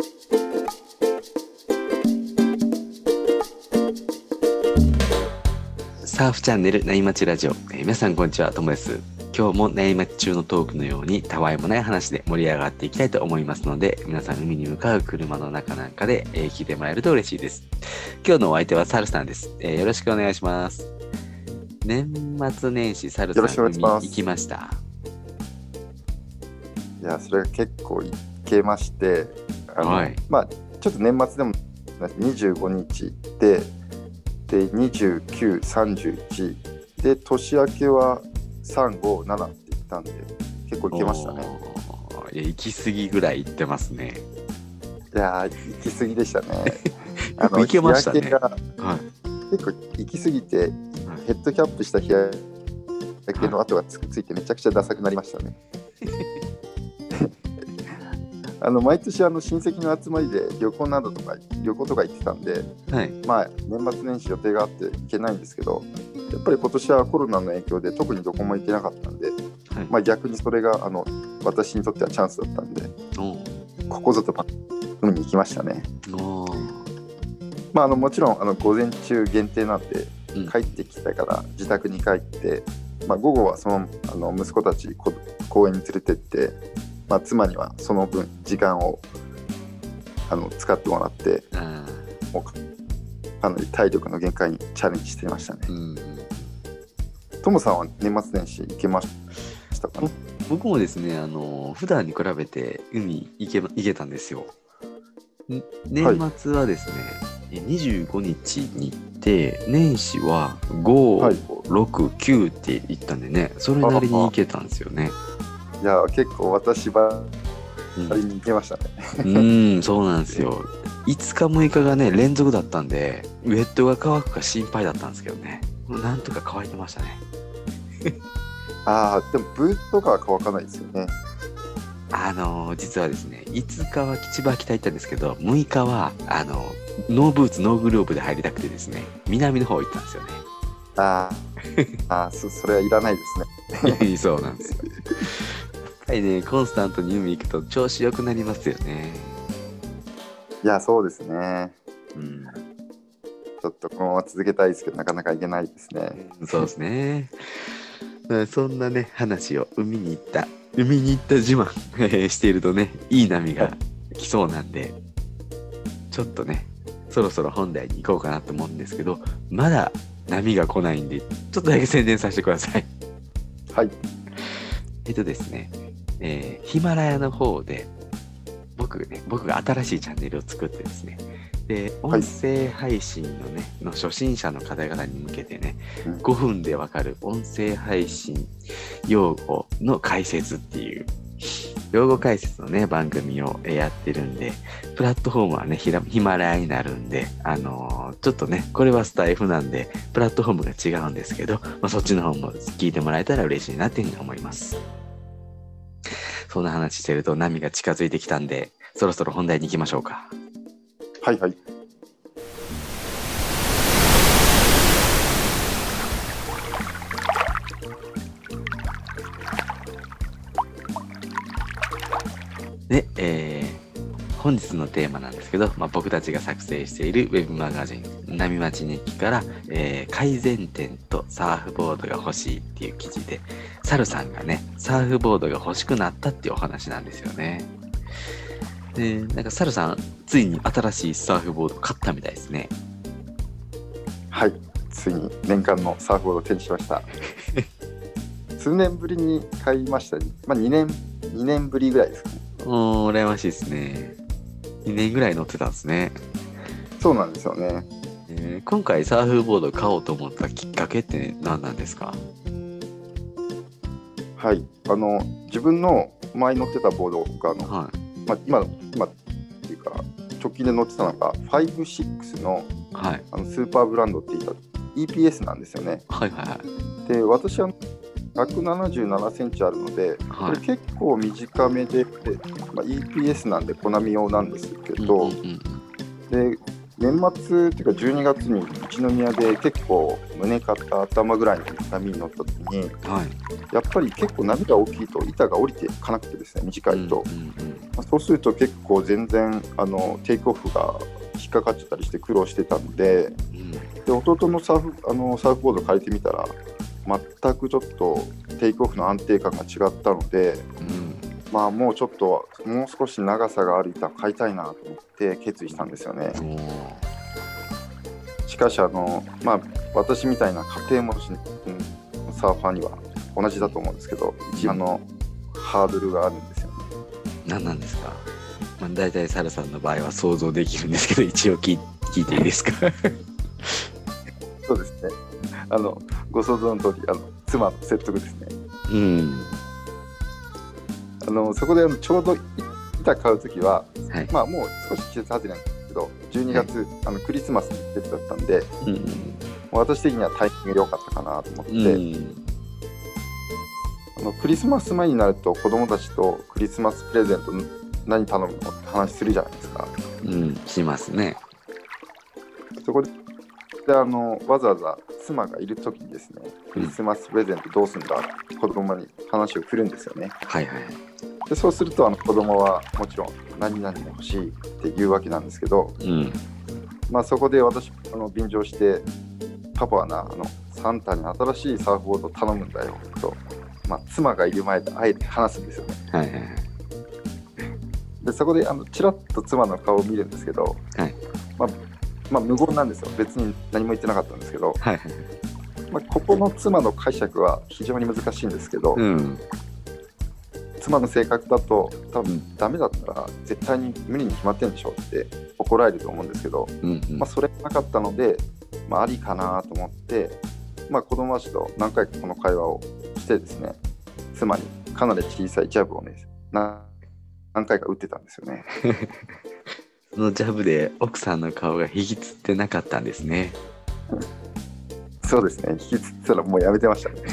サーフチャンネルなにまちラジオ、皆さんこんにちは、ともです。今日もなにまち中のトークのようにたわいもない話で盛り上がっていきたいと思いますので、皆さん海に向かう車の中なんかで、聞いてもらえると嬉しいです。今日のお相手はサルさんです。よろしくお願いします。年末年始サルさん海行きました？ いや、それが結構行けまして、 はい、 ちょっと年末でも25日で29、31で年明けは3、5、7って言ったんで結構行けましたね。 いや、行き過ぎぐらい行ってますね。 いや、行き過ぎでしたね。 行けましたね。 日焼けが結構行き過ぎて、ヘッドキャップした日焼けの跡がついてめちゃくちゃダサくなりましたね。毎年親戚の集まりで旅行とか行ってたんで、 はい、 年末年始予定があって行けないんですけど、やっぱり今年はコロナの影響で特にどこも行けなかったんで、はい、逆にそれが私にとってはチャンスだったんで、ここぞと海に行きましたね。もちろん午前中限定なんで、帰ってきたから自宅に帰って、午後はその息子たち公園に連れてって、妻にはその分時間を使ってもらって、もうかなり体力の限界にチャレンジしていましたね。トモさんは年末年始行けましたかね？ 僕もですね、普段に比べて海行けたんですよ。年末はですね、25日に行って、年始は5、6、9って行ったんでね、それなりに行けたんですよね。 いや、結構私ばりに行けましたね。 そうなんですよ。5日6日がね連続だったんで、ウェットが乾くか心配だったんですけどね、なんとか乾いてましたね。 でもブーツとかは乾かないですよね。 実はですね、5日は千葉北行ったんですけど、6日はノーブーツノーグローブで入りたくてですね、南の方行ったんですよね。 それはいらないですね。 そうなんですよ。やっぱりね、コンスタントに海行くと調子良くなりますよね。 いや、そうですね。ちょっとこのまま続けたいですけど、なかなかいけないですね。 そうですね。そんなね話を海に行った自慢しているとね、いい波が来そうなんで、ちょっとねそろそろ本題に行こうかなと思うんですけど、まだ波が来ないんで、ちょっとだけ宣伝させてください。 はい。 ですね、ヒマラヤの方で僕が新しいチャンネルを作ってですね、で音声配信の初心者の方々に向けてね、5分でわかる音声配信用語の解説っていう用語解説のね番組をやってるんで、プラットフォームはねヒマラヤになるんで、ちょっとねこれはスタイフなんでプラットフォームが違うんですけど、そっちの方も聞いてもらえたら嬉しいなっていうふうに思います。そんな話してると波が近づいてきたんで、そろそろ本題に行きましょうか。 はいはい。 で、本日のテーマなんですけど、僕たちが作成しているウェブマガジン波町日記から、改善点とサーフボードが欲しいっていう記事で、サルさんがねサーフボードが欲しくなったっていうお話なんですよね。で、なんかサルさんついに新しいサーフボード買ったみたいですね。 はい、ついに念願のサーフボードを手にしました。数年ぶりに買いましたね。2年ぶりぐらいですかね。 羨ましいですね。2年ぐらい乗ってたんですね。 そうなんですよね。 今回サーフボードを買おうと思ったきっかけって何なんですか？ はい、自分の前乗ってたボードが今っていうか直近で乗ってたのが56の、スーパーブランドって言った EPS なんですよね。で、私は177センチあるので、これ結構短めで、EPS なんでコナミ用なんですけど、で年末っていうか12月に一宮で結構胸肩頭ぐらいの波に乗った時に、 はい、 やっぱり結構波が大きいと板が降りていかなくてですね、短いと、そうすると結構全然テイクオフが引っかかっちゃったりして苦労してたんで、で弟のサーフボード借りてみたら全くちょっとテイクオフの安定感が違ったので、まあもうちょっともう少し長さがある板を買いたいなと思って決意したんですよね。しかしまあ私みたいな家庭持ちのサーファーには同じだと思うんですけど、一番のハードルがあるんですよね。 何なんですか？まあ、大体サルさんの場合は想像できるんですけど、一応聞いていいですか？ そうですね。ご想像の通り妻の説得ですね。そこでちょうど板買うときは、はい、まあもう少し季節外れなんですけど、12月、はい、クリスマスの季節だったんで、私的にはタイミング良かったかなと思って、クリスマス前になると子供たちとクリスマスプレゼント何頼むのって話するじゃないですか。 しますね。 そこでわざわざ妻がいるときにですね、クリスマスプレゼントどうすんだって子供に話を振るんですよね。 はいはい。 でそうすると子供はもちろん何々欲しいって言うわけなんですけど、まあそこで私便乗してパパはなサンタに新しいサーフボード頼むんだよと、まあ、妻がいる前であえて話すんですよね。はいはいはい。でそこでちらっと妻の顔を見るんですけど、はい、まあ無言なんですよ。別に何も言ってなかったんですけど、はいはい、まあ、ここの妻の解釈は非常に難しいんですけど、妻の性格だと多分ダメだったら絶対に無理に決まってるんでしょって怒られると思うんですけど、まあ、それなかったので、まあ、ありかなと思って、まあ、子供たちと何回かこの会話をしてですね、妻にかなり小さいジャブをね何回か打ってたんですよね。 そのジャブで奥さんの顔が引きつってなかったんですね。 そうですね、引きつってたらもうやめてましたね。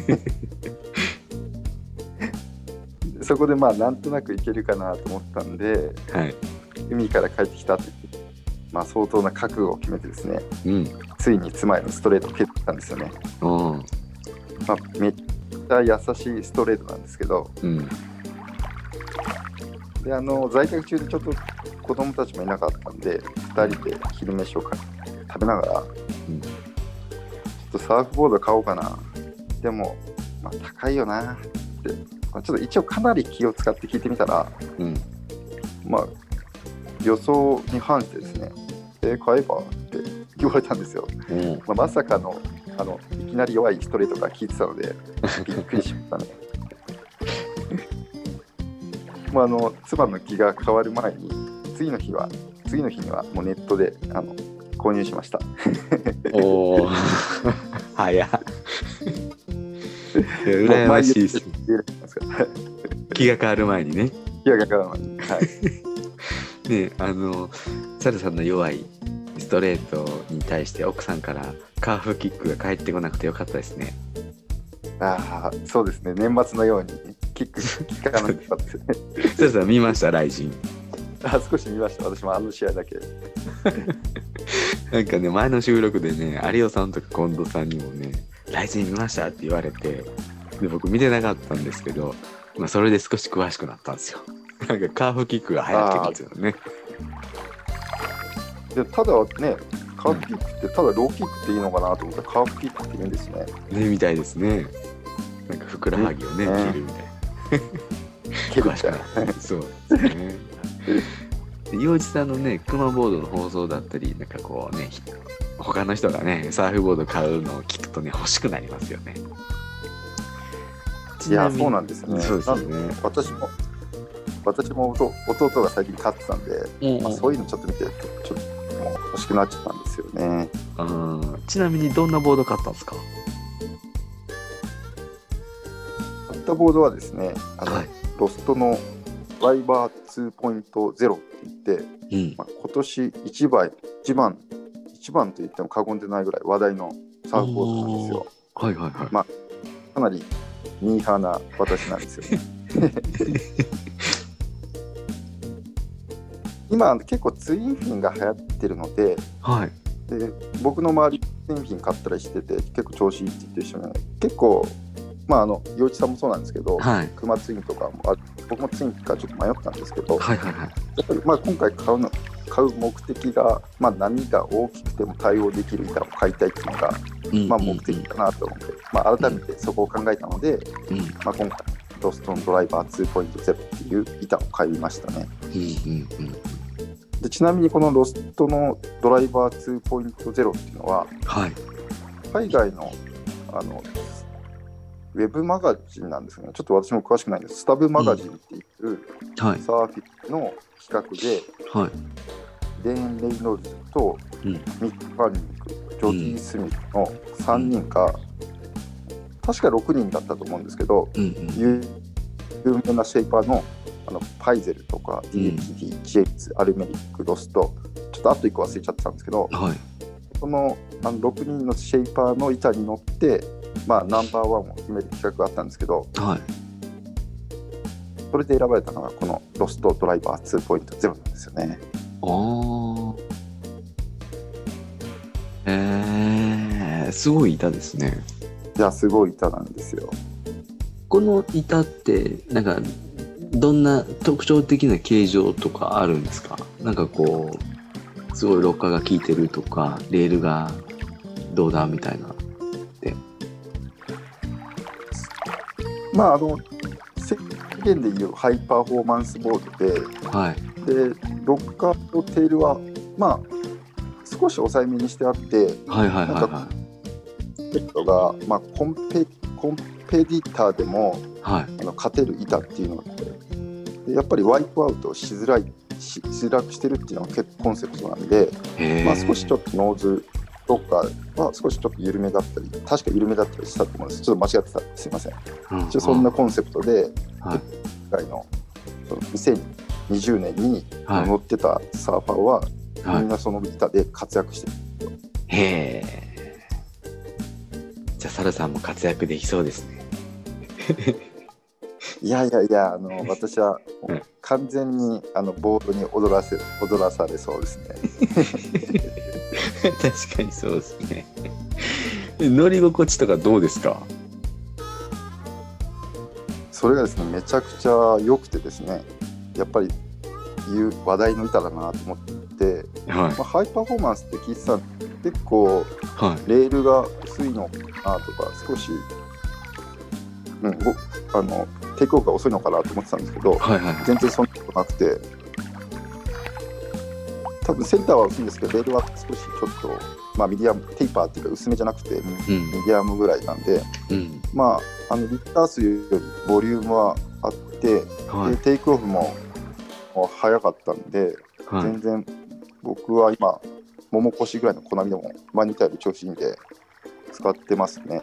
そこでまあなんとなくいけるかなと思ったんで、はい、海から帰ってきたって、まあ、相当な覚悟を決めてですね、ついに妻へのストレートを蹴ったんですよね。まあ、めっちゃ優しいストレートなんですけど、で在宅中でちょっと子供たちもいなかったんで2人で昼飯を食べながら、ちょっとサーフボード買おうかな、でも、まあ、高いよなって、ちょっと一応かなり気を使って聞いてみたら、まあ予想に反してですね、買えばって言われたんですよ。まあ、まさかのいきなり弱いストレートが効いてたのでびっくりしましたね。まあ、妻の気が変わる前に次の日にはもうネットで購入しました。 おー早っ。羨ましいです。気が変わる前にね。 気が変わる前に。はい。 ね、サルさんの弱いストレートに対して奥さんからカーフキックが返ってこなくてよかったですね。 ああ、そうですね。年末のようにキック聞かなかったですね。 サルさん見ました？ライジン。 少し見ました。私も試合だけ。 なんかね、前の収録でね、有尾さんとか近藤さんにもね、ライジン見ましたって言われて、で僕見てなかったんですけど、まあ、それで少し詳しくなったんですよ。なんかカーフキックが流行ってるんですよね。 でただね、カーフキックってただローキックっていいのかなと思ったらカーフキックって言うんですね。 ね、みたいですね。なんかふくらはぎをね、切るみたいな。詳しくなった。そうですね。洋一さんのね、クマボードの放送だったり、なんかこうね、他の人がね、サーフボード買うのを聞くとね、欲しくなりますよね。 いや、そうなんですよね。 そうですよね。 私も弟が最近買ってたんで、まあ、そういうのちょっと見て、ちょっともう欲しくなっちゃったんですよね。 ちなみにどんなボード買ったんですか？ 買ったボードはですね、はい、ロストのワイバー 2.0 って言って、まあ、今年一番と言っても過言でないぐらい話題のサーフボードなんですよ。 はいはいはい。 まあ、かなりミーハーな私なんですよね。 今結構ツインフィンが流行ってるので、 はい。 で僕の周りツインフィン買ったりしてて結構調子いいって言ってる人ね、結構陽一さんもそうなんですけど、 はい。 クマツインとかもある。僕もツインかちょっと迷ったんですけど、 はいはいはい。 やっぱり今回買う目的が、波が大きくても対応できる板を買いたいっていうのが、目的かなと思って、改めてそこを考えたので、今回ロストンドライバー 2.0 っていう板を買いましたね。でちなみにこのロストのドライバー 2.0 っていうのは、 はい、 海外のウェブマガジンなんですね。ちょっと私も詳しくないんです。スタブマガジンっていうサーフィンの企画で、デーン・レイノルズとミック・ファンニング、ジョディ・スミスの3人か、確か6人だったと思うんですけど、有名なシェイパーのパイゼルとか DHD、ジェイツ、アルメリック、ロスト、ちょっとあと1個忘れちゃってたんですけど、この6人のシェイパーの板に乗ってナンバーワンを決める企画があったんですけど、それで選ばれたのがこのロストドライバー 2.0 なんですよね。 すごい板ですね。 いや、すごい板なんですよ。 この板ってなんかどんな特徴的な形状とかあるんですか？なんかこうすごいロッカーが効いてるとか、レールがどうだみたいなって。 世間でいうハイパフォーマンスボードで、でロッカーとテールは少し抑えめにしてあって、人が、コンペディターでも、勝てる板っていうのがでやっぱりワイプアウトをしづらくしてるっていうのが結構コンセプトなんで、少しちょっとノーズロッカーは少しちょっと緩めだったり、確か緩めだったりしたと思うんです。ちょっと間違ってたらすいません。そんなコンセプトで、今回の2020年に乗ってたサーファーは、みんなその板で活躍してる。 じゃあサルさんも活躍できそうですね。 いや私は完全にボードに踊らされそうですね。 確かにそうですね。乗り心地とかどうですか？ それがですね、めちゃくちゃ良くてですね、やっぱり話題の板だなと思って、ハイパフォーマンスって聞いてたんで結構、レールが薄いのかなとか、少し、テイクオフが遅いのかなと思ってたんですけど、全然そんなことなくて、多分センターは薄いんですけど、レールは少しちょっと、ミディアムテーパーっていうか薄めじゃなくて、ミディアムぐらいなんで、リッター数よりボリュームはあって、でテイクオフも早かったんで、全然僕は今もも腰ぐらいのコナミでも前に見たより調子いいんで使ってますね。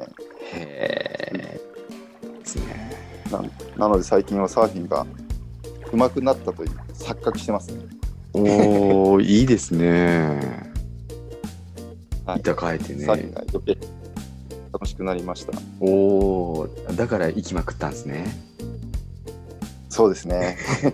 ですね。 なので最近はサーフィンが上手くなったという錯覚してますね。 いいですね。板変えてね。 サーフィンが余計楽しくなりました。 だから行きまくったんですね。 そうですね。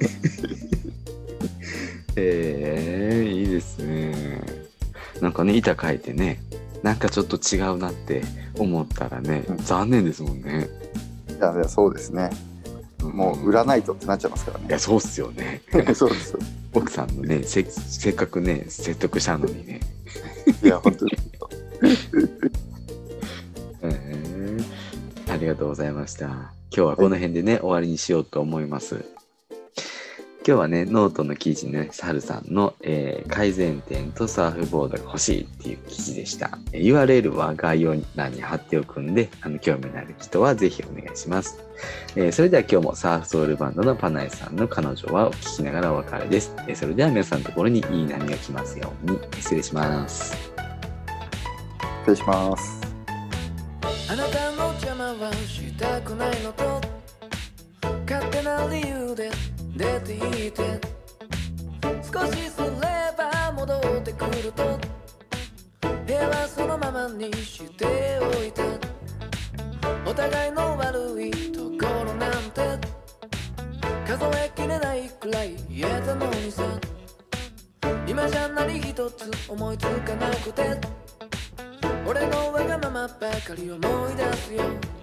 いいですね。なんかね、板変えてね、なんかちょっと違うなって思ったらね、残念ですもんね。 いやそうですね。もう売らないとってなっちゃいますからね。 いや、そうっすよね。 そうですよ。 奥さんのね、せっかくね、説得したのにね。 いや、本当に。 ありがとうございました。今日はこの辺でね、終わりにしようと思います。今日はね、ノートの記事ね、サルさんの、改善点とサーフボードが欲しいっていう記事でした。URL は概要欄に貼っておくんで、興味のある人はぜひお願いします。それでは今日もサーフソウルバンドのパナイさんの彼女はを聞きながらお別れです。それでは皆さんのところにいい波が来ますように。失礼します。 失礼します。 あなたの邪魔はしたくないのと勝手な理由で出ていて少しすれば戻ってくると部屋はそのままにしておいたお互いの悪いところなんて数えきれないくらい言えたのにさ今じゃ何一つ思いつかなくて俺のわがままばかり思い出すよ